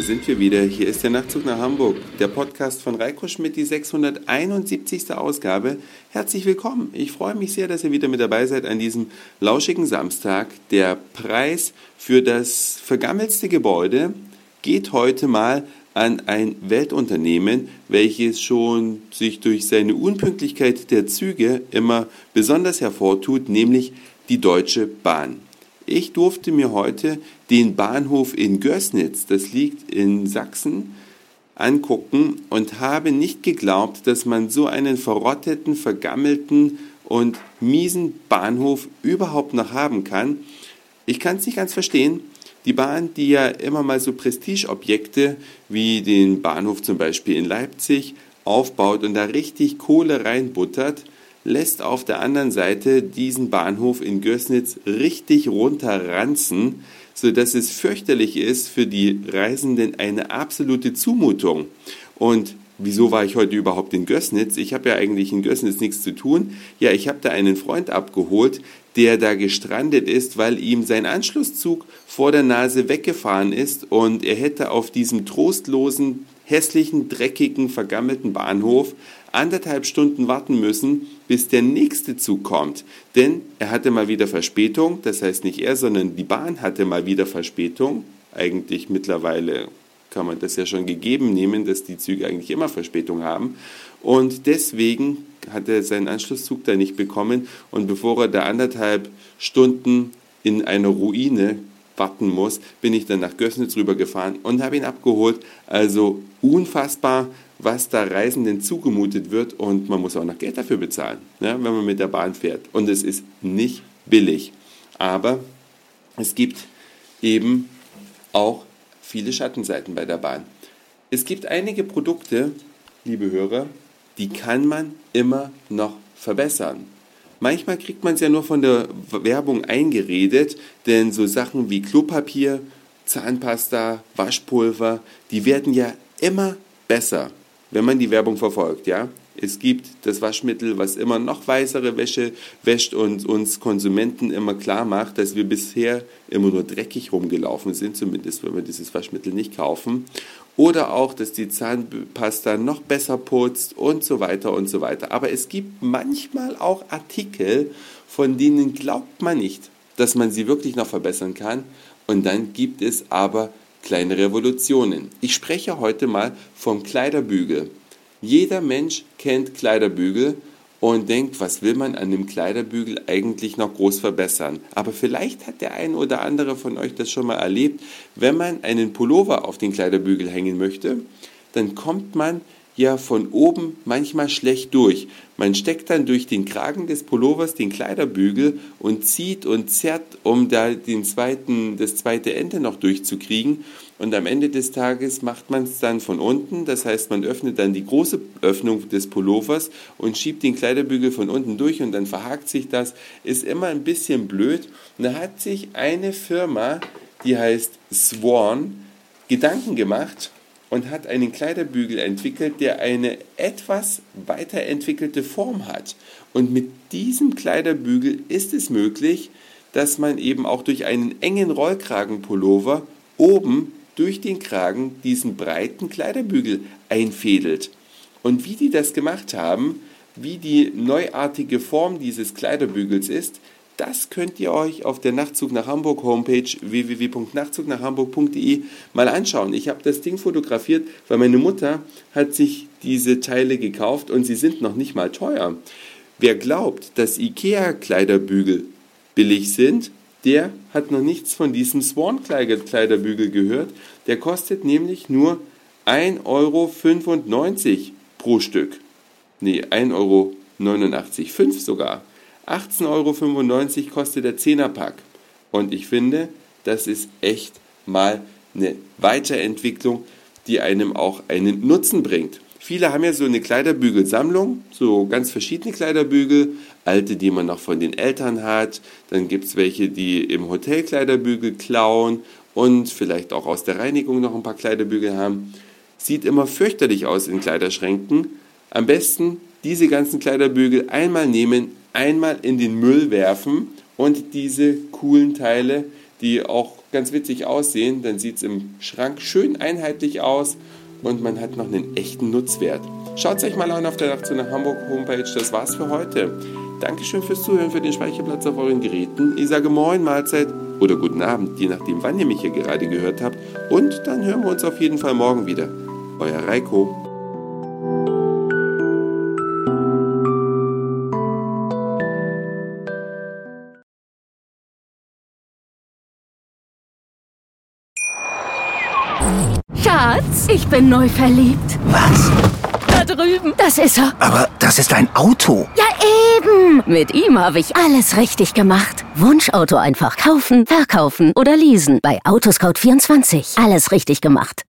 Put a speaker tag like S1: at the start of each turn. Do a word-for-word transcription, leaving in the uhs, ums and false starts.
S1: Da sind wir wieder. Hier ist der Nachtzug nach Hamburg, der Podcast von Reiko Schmidt, die sechshunderteinundsiebzigste Ausgabe. Herzlich willkommen. Ich freue mich sehr, dass ihr wieder mit dabei seid an diesem lauschigen Samstag. Der Preis für das vergammelste Gebäude geht heute mal an ein Weltunternehmen, welches schon sich durch seine Unpünktlichkeit der Züge immer besonders hervortut, nämlich die Deutsche Bahn. Ich durfte mir heute den Bahnhof in Gößnitz, das liegt in Sachsen, angucken und habe nicht geglaubt, dass man so einen verrotteten, vergammelten und miesen Bahnhof überhaupt noch haben kann. Ich kann es nicht ganz verstehen. Die Bahn, die ja immer mal so Prestigeobjekte wie den Bahnhof zum Beispiel in Leipzig aufbaut und da richtig Kohle reinbuttert, lässt auf der anderen Seite diesen Bahnhof in Gößnitz richtig runterranzen, sodass es fürchterlich ist für die Reisenden, eine absolute Zumutung. Und wieso war ich heute überhaupt in Gößnitz? Ich habe ja eigentlich in Gößnitz nichts zu tun. Ja, ich habe da einen Freund abgeholt, der da gestrandet ist, weil ihm sein Anschlusszug vor der Nase weggefahren ist und er hätte auf diesem trostlosen, hässlichen, dreckigen, vergammelten Bahnhof anderthalb Stunden warten müssen, bis der nächste Zug kommt. Denn er hatte mal wieder Verspätung, das heißt nicht er, sondern die Bahn hatte mal wieder Verspätung. Eigentlich mittlerweile kann man das ja schon gegeben nehmen, dass die Züge eigentlich immer Verspätung haben. Und deswegen hat er seinen Anschlusszug da nicht bekommen. Und bevor er da anderthalb Stunden in einer Ruine warten muss, bin ich dann nach Gößnitz rübergefahren und habe ihn abgeholt. Also unfassbar, was da Reisenden zugemutet wird, und man muss auch noch Geld dafür bezahlen, ja, wenn man mit der Bahn fährt. Und es ist nicht billig. Aber es gibt eben auch viele Schattenseiten bei der Bahn. Es gibt einige Produkte, liebe Hörer, die kann man immer noch verbessern. Manchmal kriegt man es ja nur von der Werbung eingeredet, denn so Sachen wie Klopapier, Zahnpasta, Waschpulver, die werden ja immer besser, wenn man die Werbung verfolgt, ja. Es gibt das Waschmittel, was immer noch weißere Wäsche wäscht und uns Konsumenten immer klar macht, dass wir bisher immer nur dreckig rumgelaufen sind, zumindest wenn wir dieses Waschmittel nicht kaufen. Oder auch, dass die Zahnpasta noch besser putzt und so weiter und so weiter. Aber es gibt manchmal auch Artikel, von denen glaubt man nicht, dass man sie wirklich noch verbessern kann. Und dann gibt es aber kleine Revolutionen. Ich spreche heute mal vom Kleiderbügel. Jeder Mensch kennt Kleiderbügel und denkt, was will man an dem Kleiderbügel eigentlich noch groß verbessern. Aber vielleicht hat der ein oder andere von euch das schon mal erlebt. Wenn man einen Pullover auf den Kleiderbügel hängen möchte, dann kommt man ja von oben manchmal schlecht durch. Man steckt dann durch den Kragen des Pullovers den Kleiderbügel und zieht und zerrt, um da den zweiten, das zweite Ende noch durchzukriegen. Und am Ende des Tages macht man es dann von unten. Das heißt, man öffnet dann die große Öffnung des Pullovers und schiebt den Kleiderbügel von unten durch und dann verhakt sich das. Ist immer ein bisschen blöd. Und da hat sich eine Firma, die heißt Swan, Gedanken gemacht und hat einen Kleiderbügel entwickelt, der eine etwas weiterentwickelte Form hat. Und mit diesem Kleiderbügel ist es möglich, dass man eben auch durch einen engen Rollkragenpullover oben durch den Kragen diesen breiten Kleiderbügel einfädelt. Und wie die das gemacht haben, wie die neuartige Form dieses Kleiderbügels ist, das könnt ihr euch auf der Nachtzug nach Hamburg Homepage w w w punkt nachtzug nach hamburg punkt d e mal anschauen. Ich habe das Ding fotografiert, weil meine Mutter hat sich diese Teile gekauft und sie sind noch nicht mal teuer. Wer glaubt, dass IKEA-Kleiderbügel billig sind, der hat noch nichts von diesem Swan-Kleiderbügel gehört. Der kostet nämlich nur ein Euro fünfundneunzig pro Stück. Nee, ein Euro neunundachtzig, fünf sogar. achtzehn Euro fünfundneunzig kostet der Zehnerpack. Und ich finde, das ist echt mal eine Weiterentwicklung, die einem auch einen Nutzen bringt. Viele haben ja so eine Kleiderbügelsammlung, so ganz verschiedene Kleiderbügel, alte, die man noch von den Eltern hat. Dann gibt es welche, die im Hotel Kleiderbügel klauen und vielleicht auch aus der Reinigung noch ein paar Kleiderbügel haben. Sieht immer fürchterlich aus in Kleiderschränken. Am besten diese ganzen Kleiderbügel einmal nehmen, einmal in den Müll werfen und diese coolen Teile, die auch ganz witzig aussehen, dann sieht es im Schrank schön einheitlich aus und man hat noch einen echten Nutzwert. Schaut es euch mal an auf der Nachtzug nach Hamburg Homepage. Das war's für heute. Dankeschön fürs Zuhören, für den Speicherplatz auf euren Geräten. Ich sage Moin, Mahlzeit oder guten Abend, je nachdem, wann ihr mich hier gerade gehört habt. Und dann hören wir uns auf jeden Fall morgen wieder. Euer Reiko.
S2: Schatz, ich bin neu verliebt.
S3: Was?
S2: Da drüben. Das ist er.
S3: Aber das ist ein Auto.
S2: Ja, eben. Mit ihm habe ich alles richtig gemacht. Wunschauto einfach kaufen, verkaufen oder leasen. Bei Autoscout vierundzwanzig. Alles richtig gemacht.